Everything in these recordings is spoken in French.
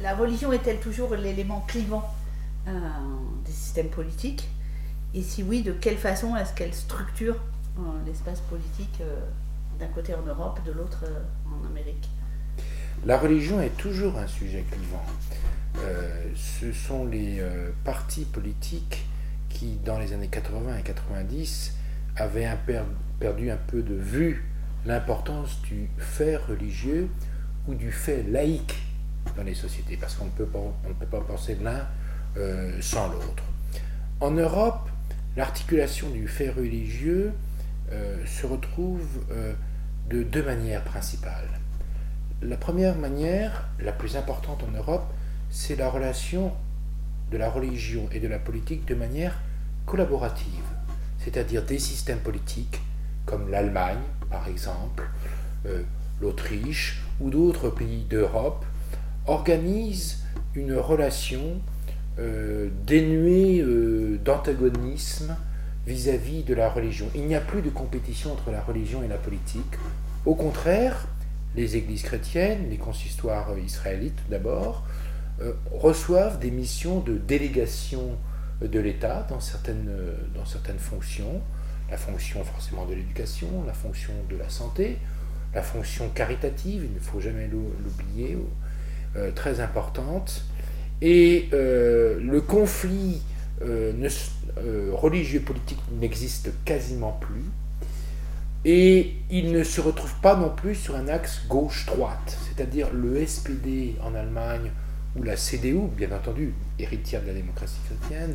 la religion est-elle toujours l'élément clivant des systèmes politiques? Et si oui, de quelle façon est-ce qu'elle structure l'espace politique d'un côté en Europe, de l'autre en Amérique? La religion est toujours un sujet clivant. Ce sont les partis politiques qui, dans les années 80 et 90, avaient perdu un peu de vue l'importance du fait religieux ou du fait laïque dans les sociétés, parce qu'on ne peut pas penser l'un sans l'autre. En Europe, l'articulation du fait religieux se retrouve de deux manières principales. La première manière, la plus importante en Europe, c'est la relation de la religion et de la politique de manière collaborative, c'est-à-dire des systèmes politiques comme l'Allemagne, par exemple, l'Autriche ou d'autres pays d'Europe, organisent une relation dénuée d'antagonisme vis-à-vis de la religion. Il n'y a plus de compétition entre la religion et la politique. Au contraire, les églises chrétiennes, les consistoires israélites d'abord, reçoivent des missions de délégation de l'État dans certaines fonctions, la fonction forcément de l'éducation, la fonction de la santé, la fonction caritative, il ne faut jamais l'oublier, très importante. Et le conflit religieux-politique n'existe quasiment plus. Et il ne se retrouve pas non plus sur un axe gauche-droite, c'est-à-dire le SPD en Allemagne ou la CDU, bien entendu, héritière de la démocratie chrétienne,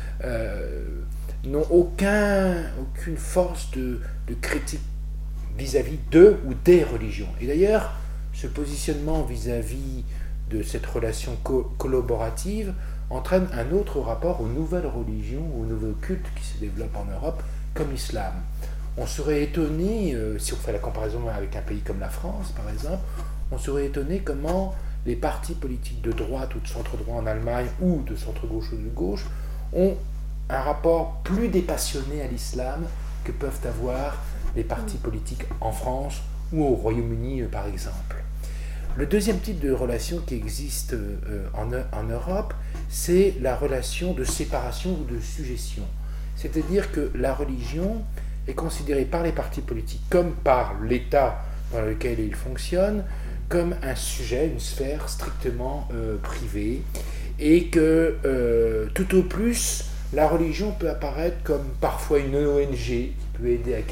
n'ont aucune force de critique vis-à-vis de ou des religions. Et d'ailleurs, ce positionnement vis-à-vis de cette relation collaborative entraîne un autre rapport aux nouvelles religions, aux nouveaux cultes qui se développent en Europe, comme l'islam. On serait étonné, si on fait la comparaison avec un pays comme la France, par exemple, on serait étonné comment les partis politiques de droite ou de centre-droit en Allemagne, ou de centre-gauche ou de gauche, ont un rapport plus dépassionné à l'islam que peuvent avoir les partis politiques en France ou au Royaume-Uni, par exemple. Le deuxième type de relation qui existe en Europe, c'est la relation de séparation ou de sujétion. C'est-à-dire que la religion est considérée par les partis politiques comme par l'État dans lequel il fonctionne, comme un sujet, une sphère strictement privée, et que tout au plus, la religion peut apparaître comme parfois une ONG qui peut aider à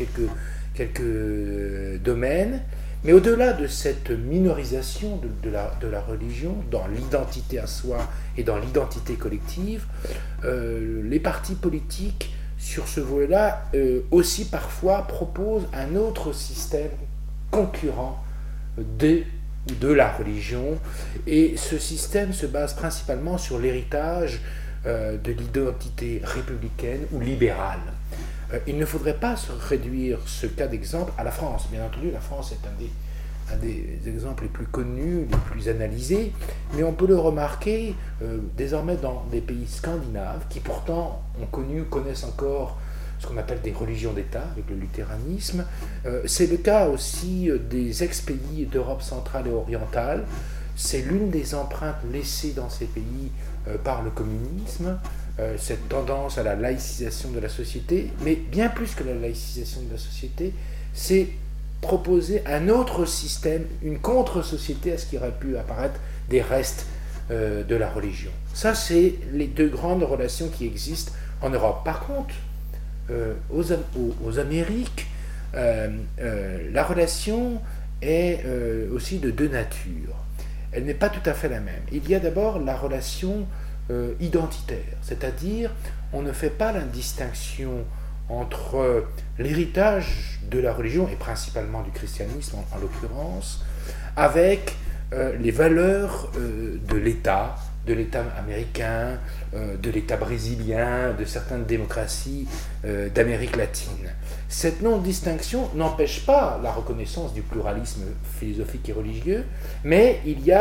quelques domaines, mais au-delà de cette minorisation de la religion dans l'identité à soi et dans l'identité collective, les partis politiques sur ce volet-là aussi parfois proposent un autre système concurrent de la religion, et ce système se base principalement sur l'héritage de l'identité républicaine ou libérale. Il ne faudrait pas se réduire ce cas d'exemple à la France. Bien entendu, la France est un des exemples les plus connus, les plus analysés, mais on peut le remarquer désormais dans des pays scandinaves qui pourtant connaissent encore ce qu'on appelle des religions d'État, avec le luthéranisme. C'est le cas aussi des ex-pays d'Europe centrale et orientale. C'est l'une des empreintes laissées dans ces pays par le communisme, cette tendance à la laïcisation de la société, mais bien plus que la laïcisation de la société, c'est proposer un autre système, une contre-société à ce qui aurait pu apparaître des restes de la religion. Ça, c'est les deux grandes relations qui existent en Europe. Par contre, aux Amériques, la relation est aussi de deux natures. Elle n'est pas tout à fait la même. Il y a d'abord la relation identitaire, c'est-à-dire on ne fait pas la distinction entre l'héritage de la religion, et principalement du christianisme en l'occurrence, avec les valeurs de l'État américain, de l'État brésilien, de certaines démocraties d'Amérique latine. Cette non-distinction n'empêche pas la reconnaissance du pluralisme philosophique et religieux, mais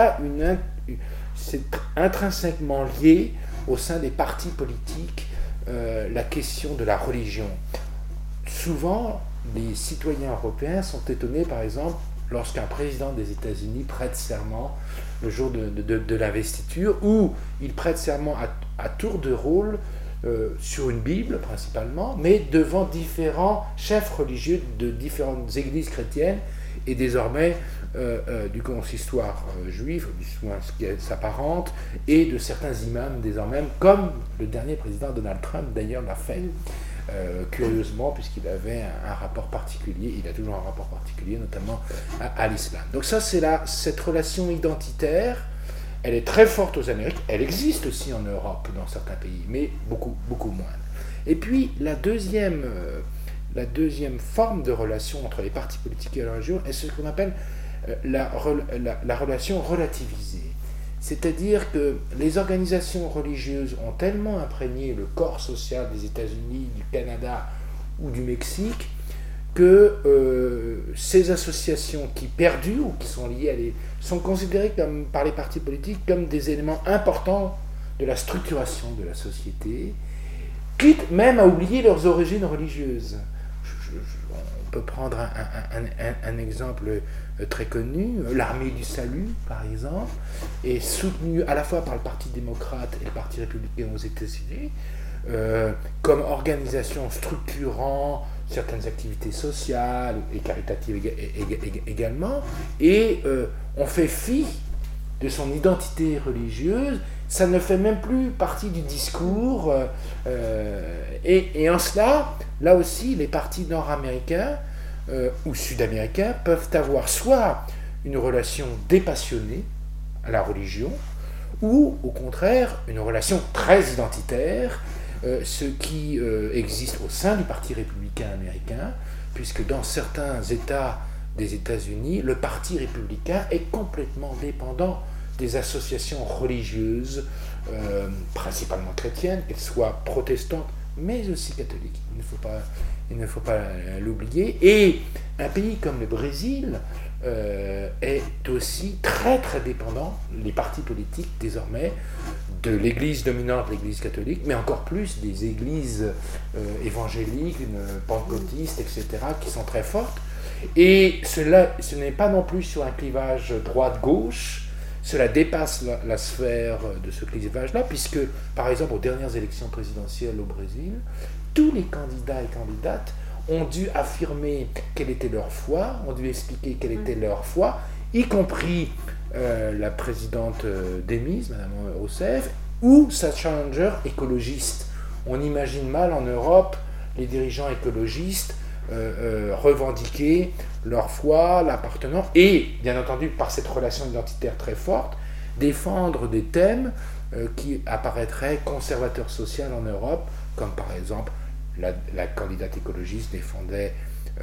c'est intrinsèquement lié au sein des partis politiques la question de la religion. Souvent, les citoyens européens sont étonnés, par exemple, lorsqu'un président des États-Unis prête serment le jour de l'investiture, où il prête serment à tour de rôle sur une Bible principalement, mais devant différents chefs religieux de différentes églises chrétiennes et désormais du consistoire juif, ce qui s'apparente, et de certains imams désormais, comme le dernier président Donald Trump d'ailleurs l'a fait. Curieusement, puisqu'il avait un rapport particulier, il a toujours un rapport particulier, notamment à l'islam. Donc ça, c'est cette relation identitaire, elle est très forte aux Amériques, elle existe aussi en Europe, dans certains pays, mais beaucoup, beaucoup moins. Et puis, la deuxième forme de relation entre les partis politiques et la religion est ce qu'on appelle la relation relativisée. C'est-à-dire que les organisations religieuses ont tellement imprégné le corps social des États-Unis, du Canada ou du Mexique que ces associations qui perdurent ou qui sont liées sont considérées par les partis politiques comme des éléments importants de la structuration de la société, quitte même à oublier leurs origines religieuses. On peut prendre un exemple très connu, l'Armée du Salut, par exemple, est soutenue à la fois par le Parti démocrate et le Parti républicain aux États-Unis, comme organisation structurant certaines activités sociales et caritatives également, et on fait fi de son identité religieuse, ça ne fait même plus partie du discours, et en cela, là aussi, les partis nord-américains ou sud-américains peuvent avoir soit une relation dépassionnée à la religion, ou au contraire une relation très identitaire, ce qui existe au sein du Parti républicain américain, puisque dans certains États des États-Unis, le Parti républicain est complètement dépendant des associations religieuses, principalement chrétiennes, qu'elles soient protestantes, mais aussi catholiques. Il ne faut pas l'oublier. Et un pays comme le Brésil est aussi très très dépendant, les partis politiques désormais, de l'église dominante, l'église catholique, mais encore plus des églises évangéliques, pentecôtistes, etc., qui sont très fortes. Et ce n'est pas non plus sur un clivage droite-gauche, cela dépasse la sphère de ce clivage-là, puisque, par exemple, aux dernières élections présidentielles au Brésil, tous les candidats et candidates ont dû affirmer quelle était leur foi, ont dû expliquer quelle était leur foi, y compris la présidente démise, Mme Rousseff, ou sa challenger écologiste. On imagine mal en Europe les dirigeants écologistes revendiquer leur foi, l'appartenance, et bien entendu par cette relation identitaire très forte, défendre des thèmes qui apparaîtraient conservateurs sociaux en Europe, comme par exemple la candidate écologiste défendait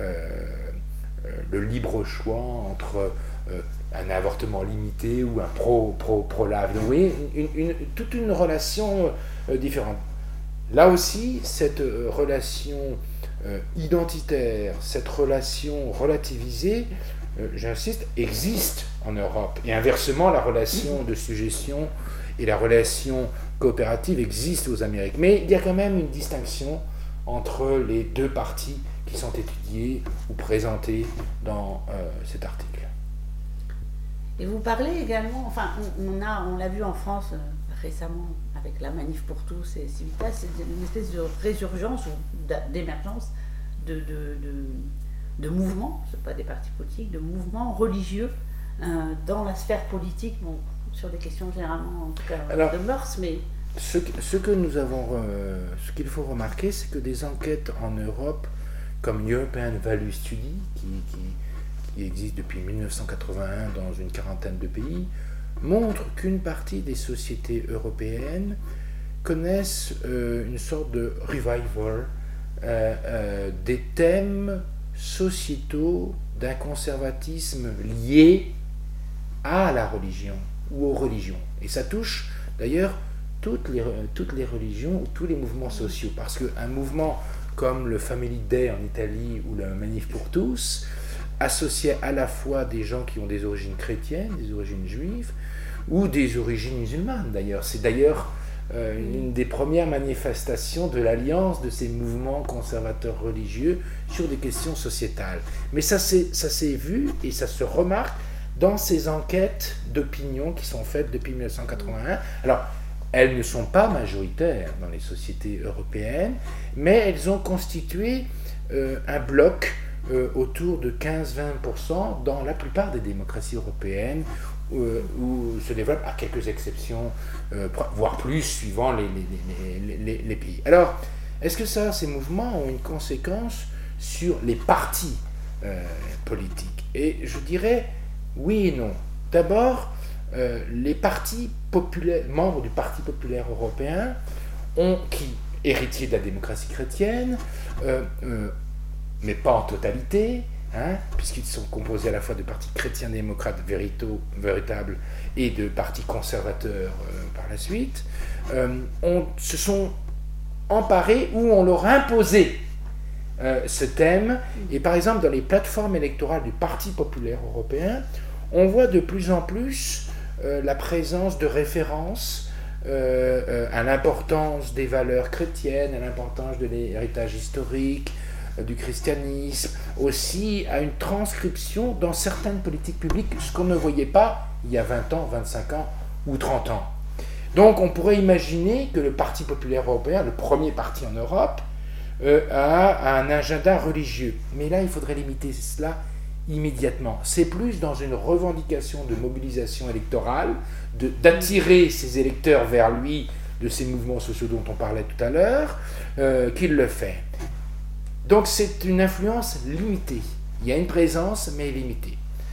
le libre choix entre un avortement limité ou un pro-life. Donc vous voyez, toute une relation différente. Là aussi, cette relation identitaire, cette relation relativisée, j'insiste, existe en Europe. Et inversement, la relation de suggestion et la relation coopérative existent aux Amériques. Mais il y a quand même une distinction entre les deux parties qui sont étudiées ou présentées dans cet article. Et vous parlez également, enfin, on l'a vu en France récemment avec la Manif pour tous et Civitas, c'est une espèce de résurgence ou d'émergence de mouvements, ce pas des partis politiques, de mouvements religieux dans la sphère politique, bon, sur des questions généralement en tout cas alors, de mœurs, mais... Ce qu'il faut remarquer, c'est que des enquêtes en Europe, comme European Value Study, qui existe depuis 1981 dans une quarantaine de pays, montrent qu'une partie des sociétés européennes connaissent une sorte de revival des thèmes sociétaux d'un conservatisme lié à la religion ou aux religions. Et ça touche d'ailleurs toutes les religions ou tous les mouvements sociaux, parce qu'un mouvement comme le Family Day en Italie ou la Manif pour tous associait à la fois des gens qui ont des origines chrétiennes, des origines juives ou des origines musulmanes d'ailleurs. C'est d'ailleurs une des premières manifestations de l'alliance de ces mouvements conservateurs religieux sur des questions sociétales. Mais ça s'est vu et ça se remarque dans ces enquêtes d'opinion qui sont faites depuis 1981. Alors, elles ne sont pas majoritaires dans les sociétés européennes, mais elles ont constitué un bloc autour de 15-20% dans la plupart des démocraties européennes, où se développent, à quelques exceptions, voire plus, suivant les pays. Alors, est-ce que ces mouvements ont une conséquence sur les partis politiques? Et je dirais oui et non. D'abord, les partis populaires, membres du Parti populaire européen, qui héritiers de la démocratie chrétienne, mais pas en totalité, puisqu'ils sont composés à la fois de partis chrétiens-démocrates véritables et de partis conservateurs par la suite, se sont emparés ou on leur a imposé ce thème. Et par exemple, dans les plateformes électorales du Parti populaire européen, on voit de plus en plus la présence de références à l'importance des valeurs chrétiennes, à l'importance de l'héritage historique, du christianisme, aussi à une transcription dans certaines politiques publiques, ce qu'on ne voyait pas il y a 20 ans, 25 ans ou 30 ans. Donc on pourrait imaginer que le Parti populaire européen, le premier parti en Europe, a un agenda religieux. Mais là, il faudrait limiter cela immédiatement. C'est plus dans une revendication de mobilisation électorale, d'attirer ses électeurs vers lui, de ces mouvements sociaux dont on parlait tout à l'heure, qu'il le fait. Donc c'est une influence limitée. Il y a une présence, mais limitée.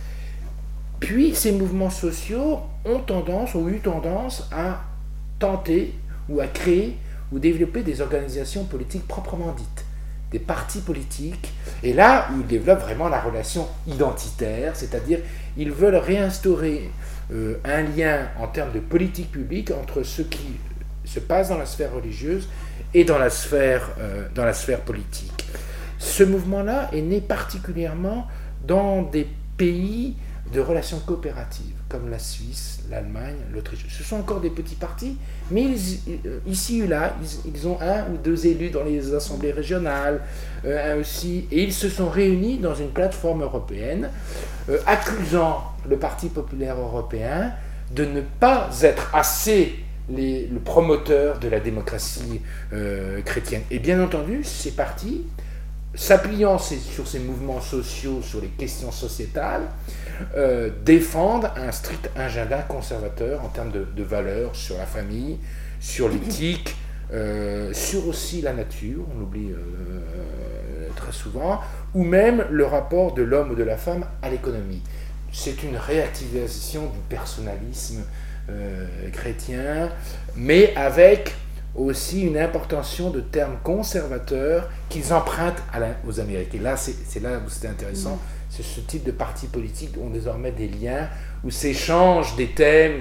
Puis ces mouvements sociaux ont eu tendance à tenter ou à créer ou développer des organisations politiques proprement dites, des partis politiques, et là où ils développent vraiment la relation identitaire, c'est-à-dire ils veulent réinstaurer un lien en termes de politique publique entre ce qui se passe dans la sphère religieuse et dans la sphère politique. Ce mouvement-là est né particulièrement dans des pays de relations coopératives, comme la Suisse, l'Allemagne, l'Autriche. Ce sont encore des petits partis, mais ici ou là, ils ont 1 ou 2 élus dans les assemblées régionales, un aussi, et ils se sont réunis dans une plateforme européenne, accusant le Parti populaire européen de ne pas être assez le promoteur de la démocratie chrétienne. Et bien entendu, ces partis, s'appuyant sur ces mouvements sociaux, sur les questions sociétales, défendent un strict agenda conservateur en termes de valeurs sur la famille, sur l'éthique, sur aussi la nature, on l'oublie très souvent, ou même le rapport de l'homme ou de la femme à l'économie. C'est une réactivation du personnalisme chrétien, mais avec aussi une importation de termes conservateurs qu'ils empruntent aux Américains. Et là, c'est là où c'est intéressant. C'est ce type de partis politiques ont désormais des liens, où s'échangent des thèmes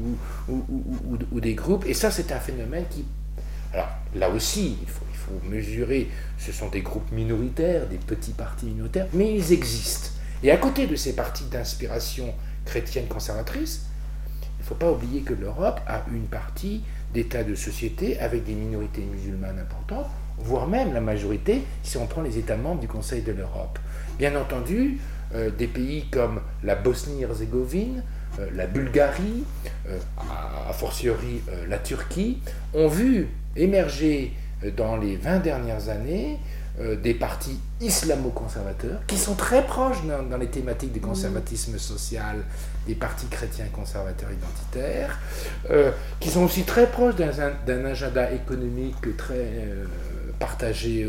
ou des groupes. Et ça, c'est un phénomène qui... Alors, là aussi, il faut mesurer, ce sont des groupes minoritaires, des petits partis minoritaires, mais ils existent. Et à côté de ces partis d'inspiration chrétienne conservatrice, il ne faut pas oublier que l'Europe a une partie d'états de société avec des minorités musulmanes importantes, voire même la majorité si on prend les États membres du Conseil de l'Europe. Bien entendu, des pays comme la Bosnie-Herzégovine, la Bulgarie, a fortiori la Turquie, ont vu émerger dans les 20 dernières années des partis islamo-conservateurs qui sont très proches dans les thématiques du conservatisme social des partis chrétiens conservateurs identitaires, qui sont aussi très proches d'un agenda économique très partagé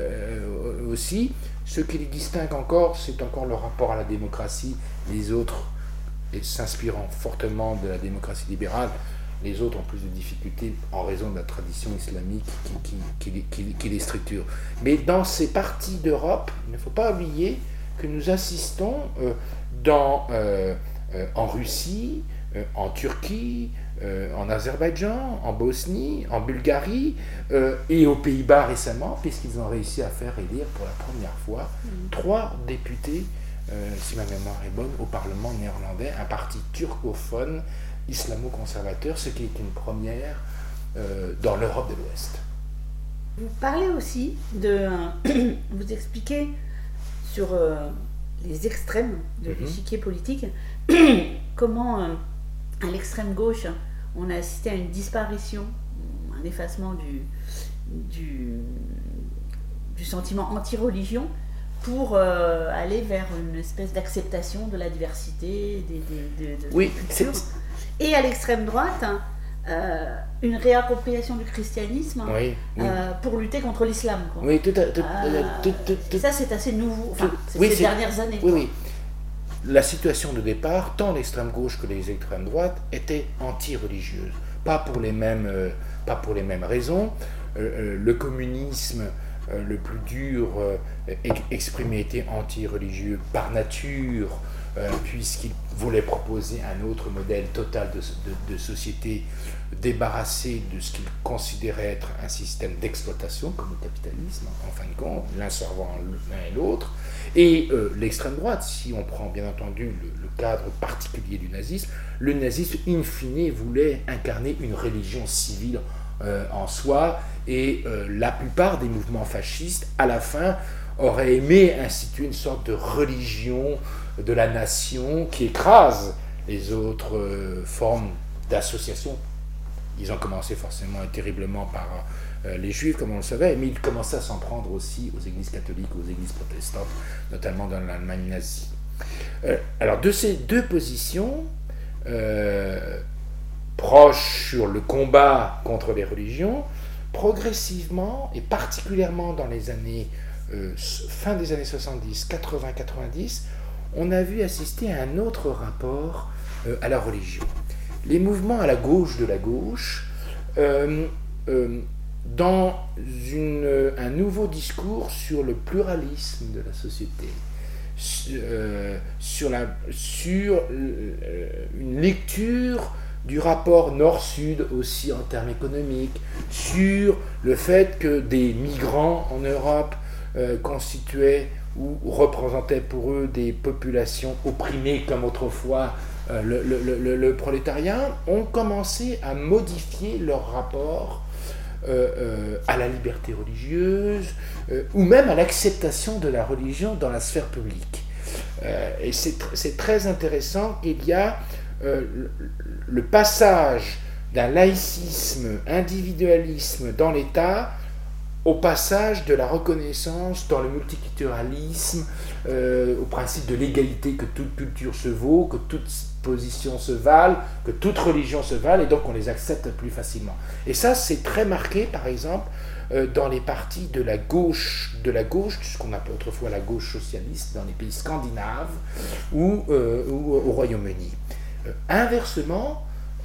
aussi. Ce qui les distingue encore, c'est encore le rapport à la démocratie. Les autres, s'inspirant fortement de la démocratie libérale, les autres ont plus de difficultés en raison de la tradition islamique qui les structure. Mais dans ces parties d'Europe, il ne faut pas oublier que nous assistons en Russie, en Turquie, en Azerbaïdjan, en Bosnie, en Bulgarie et aux Pays-Bas récemment, puisqu'ils ont réussi à faire élire pour la première fois 3 députés, si ma mémoire est bonne, au Parlement néerlandais, un parti turcophone islamo-conservateur, ce qui est une première dans l'Europe de l'Ouest. Vous parlez aussi vous expliquez sur les extrêmes de l'échiquier politique, comment à l'extrême gauche, on a assisté à une disparition, un effacement du sentiment anti-religion pour aller vers une espèce d'acceptation de la diversité, de cultures. Et à l'extrême droite, une réappropriation du christianisme pour lutter contre l'islam. Oui, ça, c'est assez nouveau, ces dernières années. Oui. La situation de départ, tant l'extrême gauche que les extrêmes droites, était anti-religieuse. Pas pour les mêmes raisons. Le communisme, le plus dur, exprimé était anti-religieux par nature, puisqu'il voulait proposer un autre modèle total de société débarrassé de ce qu'il considérait être un système d'exploitation, comme le capitalisme, en fin de compte, l'un servant l'un et l'autre. Et l'extrême droite, si on prend bien entendu le cadre particulier du nazisme, le nazisme, in fine, voulait incarner une religion civile en soi, et la plupart des mouvements fascistes, à la fin, auraient aimé instituer une sorte de religion de la nation qui écrase les autres formes d'association. Ils ont commencé forcément et terriblement par les juifs, comme on le savait, mais ils commençaient à s'en prendre aussi aux églises catholiques, aux églises protestantes, notamment dans l'Allemagne nazie. Alors, de ces deux positions, proches sur le combat contre les religions, progressivement, et particulièrement dans les années fin des années 70, 80, 90, on a vu assister à un autre rapport à la religion. Les mouvements à la gauche de la gauche, dans un nouveau discours sur le pluralisme de la société, sur une lecture du rapport nord-sud aussi en termes économiques, sur le fait que des migrants en Europe constituaient ou représentaient pour eux des populations opprimées comme autrefois le prolétariat, ont commencé à modifier leur rapport à la liberté religieuse ou même à l'acceptation de la religion dans la sphère publique. Et c'est très intéressant qu'il y a le passage d'un laïcisme, individualisme dans l'État au passage de la reconnaissance dans le multiculturalisme, au principe de l'égalité, que toute culture se vaut, que toute position se vale, que toute religion se vale, et donc on les accepte plus facilement. Et ça, c'est très marqué, par exemple, dans les partis de la gauche, ce qu'on appelait autrefois la gauche socialiste, dans les pays scandinaves ou au Royaume-Uni. Inversement,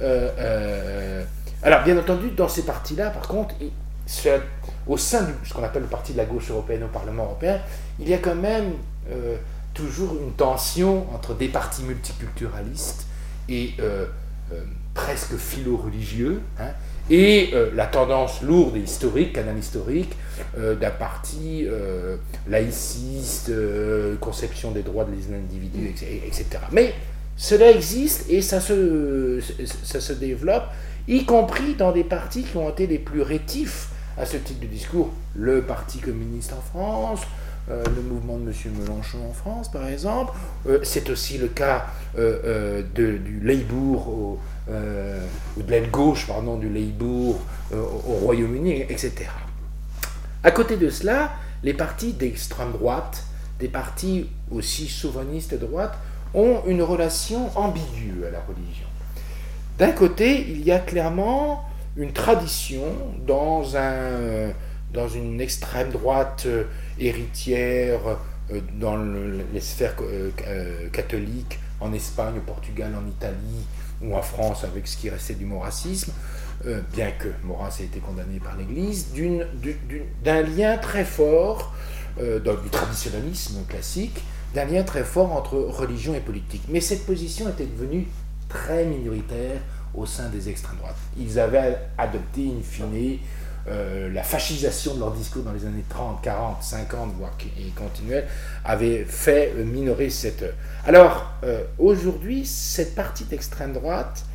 alors bien entendu, dans ces partis-là, par contre, au sein de ce qu'on appelle le parti de la gauche européenne au Parlement européen, il y a quand même toujours une tension entre des partis multiculturalistes et presque philo-religieux, et la tendance lourde et historique, canal historique, d'un parti laïciste, conception des droits des individus, etc. Mais cela existe et ça se développe, y compris dans des partis qui ont été les plus rétifs à ce type de discours. Le Parti communiste en France, le mouvement de M. Mélenchon en France, par exemple. C'est aussi le cas du Labour, ou de l'aile gauche, pardon, du Labour au Royaume-Uni, etc. À côté de cela, les partis d'extrême droite, des partis aussi souverainistes de droite, ont une relation ambiguë à la religion. D'un côté, il y a clairement une tradition dans une extrême droite héritière dans les sphères catholiques, en Espagne, au Portugal, en Italie ou en France avec ce qui restait du maurassisme, bien que Maurras ait été condamné par l'Église, d'un lien très fort, du traditionnalisme classique, d'un lien très fort entre religion et politique. Mais cette position était devenue très minoritaire au sein des extrêmes droites. Ils avaient adopté, in fine, la fascisation de leur discours dans les années 30, 40, 50, voire et continuelle, avait fait minorer cette... Alors, aujourd'hui, cette partie d'extrême droite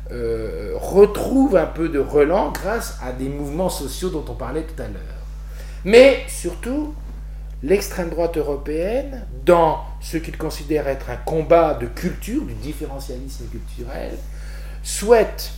retrouve un peu de relent grâce à des mouvements sociaux dont on parlait tout à l'heure. Mais surtout, l'extrême droite européenne, dans ce qu'il considère être un combat de culture, du différentialisme culturel, souhaite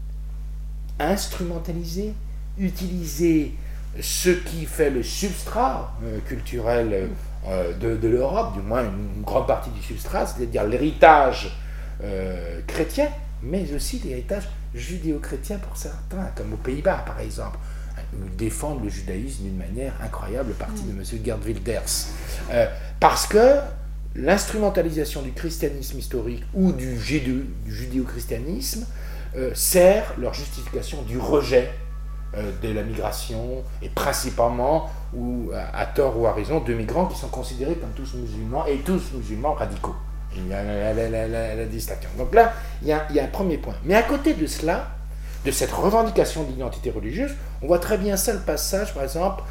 instrumentaliser, utiliser ce qui fait le substrat culturel de l'Europe, du moins une grande partie du substrat, c'est-à-dire l'héritage chrétien, mais aussi l'héritage judéo-chrétien pour certains, comme aux Pays-Bas par exemple, où ils défendent le judaïsme d'une manière incroyable, le parti de M. Geert Wilders. Parce que l'instrumentalisation du christianisme historique ou du judéo-christianisme sert leur justification du rejet de la migration, et principalement, ou à tort ou à raison, de migrants qui sont considérés comme tous musulmans, et tous musulmans radicaux. Il y a la distinction. Donc là, il y a un premier point. Mais à côté de cela, de cette revendication d'identité religieuse, on voit très bien ça, le passage, par exemple,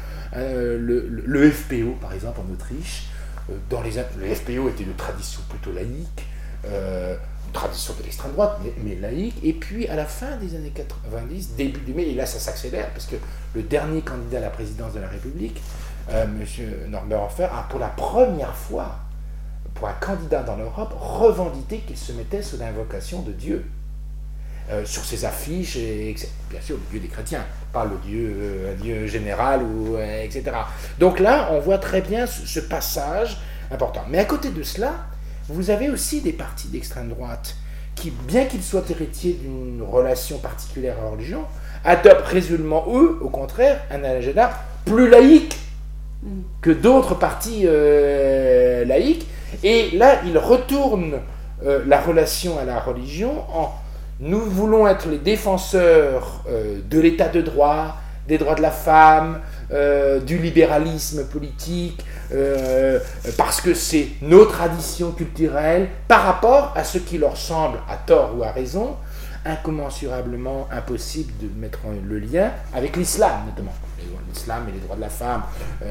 le FPO, par exemple, en Autriche. Le FPO était de tradition plutôt laïque, tradition de l'extrême droite, mais laïque. Et puis, à la fin des années 90, début 2000, et là, ça s'accélère, parce que le dernier candidat à la présidence de la République, M. Norbert Hofer, a pour la première fois, pour un candidat dans l'Europe, revendiqué qu'il se mettait sous l'invocation de Dieu. Sur ses affiches, et bien sûr, le Dieu des chrétiens, pas le Dieu, un Dieu général, etc. Donc là, on voit très bien ce passage important. Mais à côté de cela, vous avez aussi des partis d'extrême droite qui, bien qu'ils soient héritiers d'une relation particulière à la religion, adoptent résolument, eux, au contraire, un agenda plus laïque que d'autres partis laïques. Et là, ils retournent la relation à la religion en nous voulons être les défenseurs de l'état de droit, des droits de la femme, du libéralisme politique, parce que c'est nos traditions culturelles par rapport à ce qui leur semble, à tort ou à raison, incommensurablement impossible de mettre le lien avec l'islam, notamment. L'islam et les droits de la femme,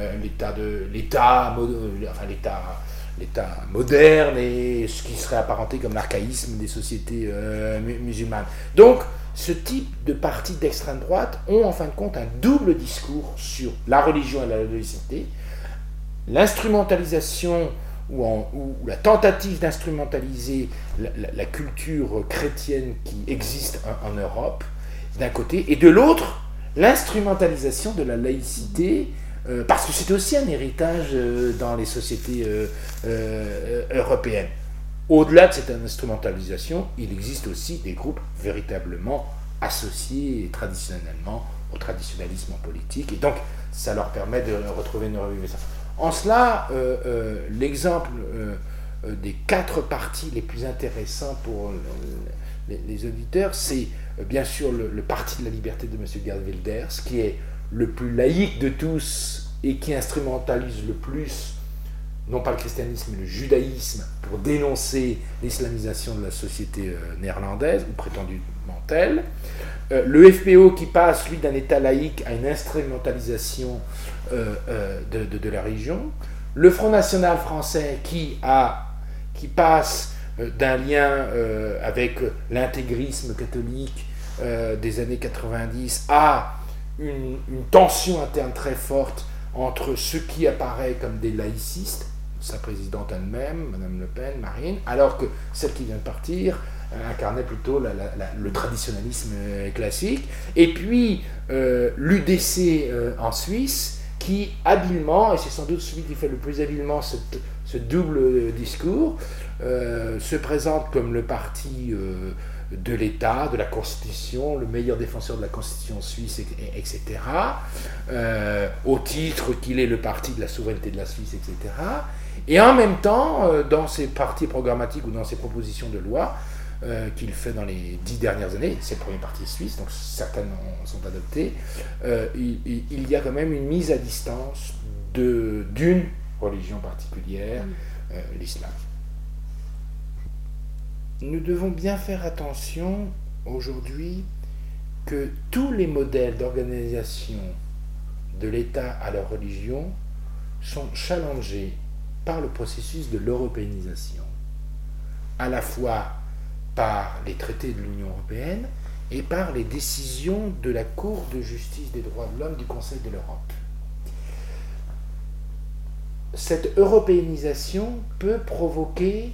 l'État moderne et ce qui serait apparenté comme l'archaïsme des sociétés musulmanes. Donc, ce type de partis d'extrême droite ont en fin de compte un double discours sur la religion et la laïcité, l'instrumentalisation ou la tentative d'instrumentaliser la culture chrétienne qui existe en Europe, d'un côté, et de l'autre, l'instrumentalisation de la laïcité, parce que c'est aussi un héritage dans les sociétés européennes. Au-delà de cette instrumentalisation, il existe aussi des groupes véritablement associés traditionnellement au traditionnalisme politique, et donc ça leur permet de retrouver une revivisation. En cela, l'exemple des 4 partis les plus intéressants pour les auditeurs, c'est bien sûr le Parti de la liberté de M. Geert Wilders, qui est le plus laïque de tous et qui instrumentalise le plus, non pas le christianisme, mais le judaïsme, pour dénoncer l'islamisation de la société néerlandaise, ou prétendument telle. Le FPO qui passe, lui, d'un État laïque à une instrumentalisation de la religion. Le Front National français qui passe d'un lien avec l'intégrisme catholique des années 90 à une tension interne très forte entre ce qui apparaît comme des laïcistes, sa présidente elle-même, Mme Le Pen, Marine, alors que celle qui vient de partir incarnait plutôt le traditionnalisme classique. Et puis l'UDC en Suisse, qui habilement, et c'est sans doute celui qui fait le plus habilement ce double discours, se présente comme le parti de l'État, de la Constitution, le meilleur défenseur de la Constitution suisse, etc., au titre qu'il est le parti de la souveraineté de la Suisse, etc. Et en même temps, dans ses partis programmatiques ou dans ses propositions de loi qu'il fait dans les 10 dernières années, c'est le premier parti suisse, donc certaines sont adoptées, il y a quand même une mise à distance d'une religion particulière, l'islam. Nous devons bien faire attention aujourd'hui que tous les modèles d'organisation de l'État à la religion sont challengés par le processus de l'européanisation, à la fois par les traités de l'Union européenne et par les décisions de la Cour de justice des droits de l'homme du Conseil de l'Europe. Cette européanisation peut provoquer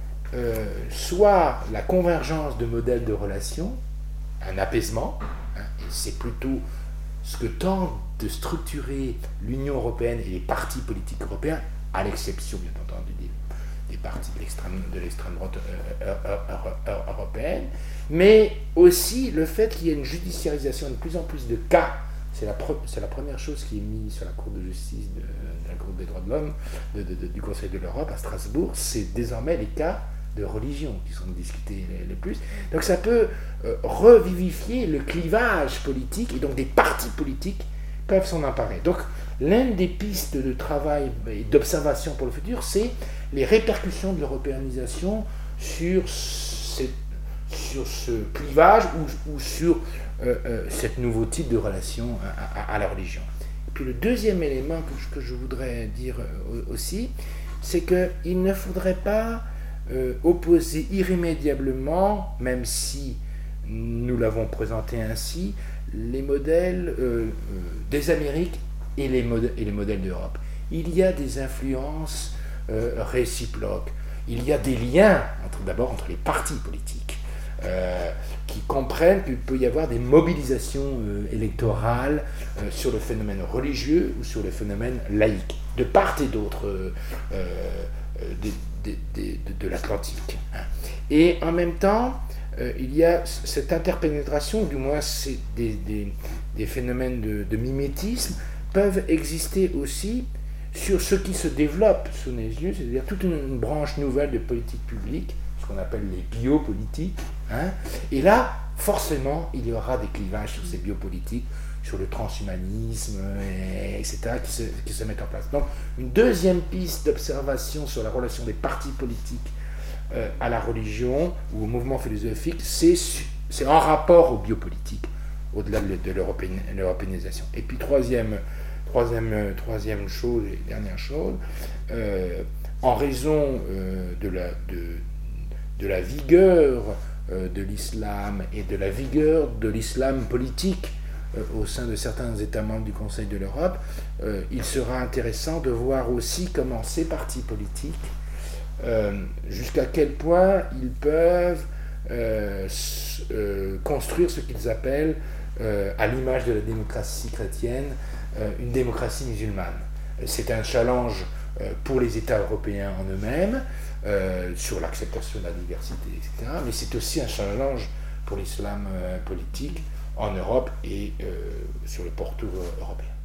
soit la convergence de modèles de relations, un apaisement, et c'est plutôt ce que tente de structurer l'Union européenne et les partis politiques européens, à l'exception bien entendu des partis de l'extrême droite européenne, mais aussi le fait qu'il y ait une judiciarisation de plus en plus de cas. C'est la première chose qui est mise sur la Cour de justice de la Cour des droits de l'homme du Conseil de l'Europe à Strasbourg, c'est désormais les cas de religion qui sont discutés les plus. Donc ça peut revivifier le clivage politique, et donc des partis politiques peuvent s'en emparer. Donc l'une des pistes de travail et d'observation pour le futur, c'est les répercussions de l'européanisation sur ce clivage ou sur cet nouveau type de relation à la religion. Et puis le deuxième élément que je voudrais dire aussi, c'est qu'il ne faudrait pas opposer irrémédiablement, même si nous l'avons présenté ainsi, les modèles des Amériques et les modèles d'Europe. Il y a des influences réciproques, il y a des liens d'abord entre les partis politiques qui comprennent qu'il peut y avoir des mobilisations électorales sur le phénomène religieux ou sur le phénomène laïque, de part et d'autre de l'Atlantique. Et en même temps, il y a cette interpénétration, du moins des phénomènes de mimétisme peuvent exister aussi sur ce qui se développe sous nos yeux, c'est-à-dire toute une branche nouvelle de politique publique, ce qu'on appelle les biopolitiques. Et là, forcément, il y aura des clivages sur ces biopolitiques, sur le transhumanisme, etc., qui se mettent en place. Donc, une deuxième piste d'observation sur la relation des partis politiques à la religion ou au mouvement philosophique, c'est en rapport aux biopolitiques, au-delà de l'européanisation. Et puis, troisième chose et dernière chose, en raison de la vigueur de l'islam et de la vigueur de l'islam politique au sein de certains États membres du Conseil de l'Europe, il sera intéressant de voir aussi comment ces partis politiques, jusqu'à quel point ils peuvent construire ce qu'ils appellent, à l'image de la démocratie chrétienne, une démocratie musulmane. C'est un challenge pour les États européens en eux-mêmes, sur l'acceptation de la diversité, etc. Mais c'est aussi un challenge pour l'islam politique en Europe et sur le pourtour européen.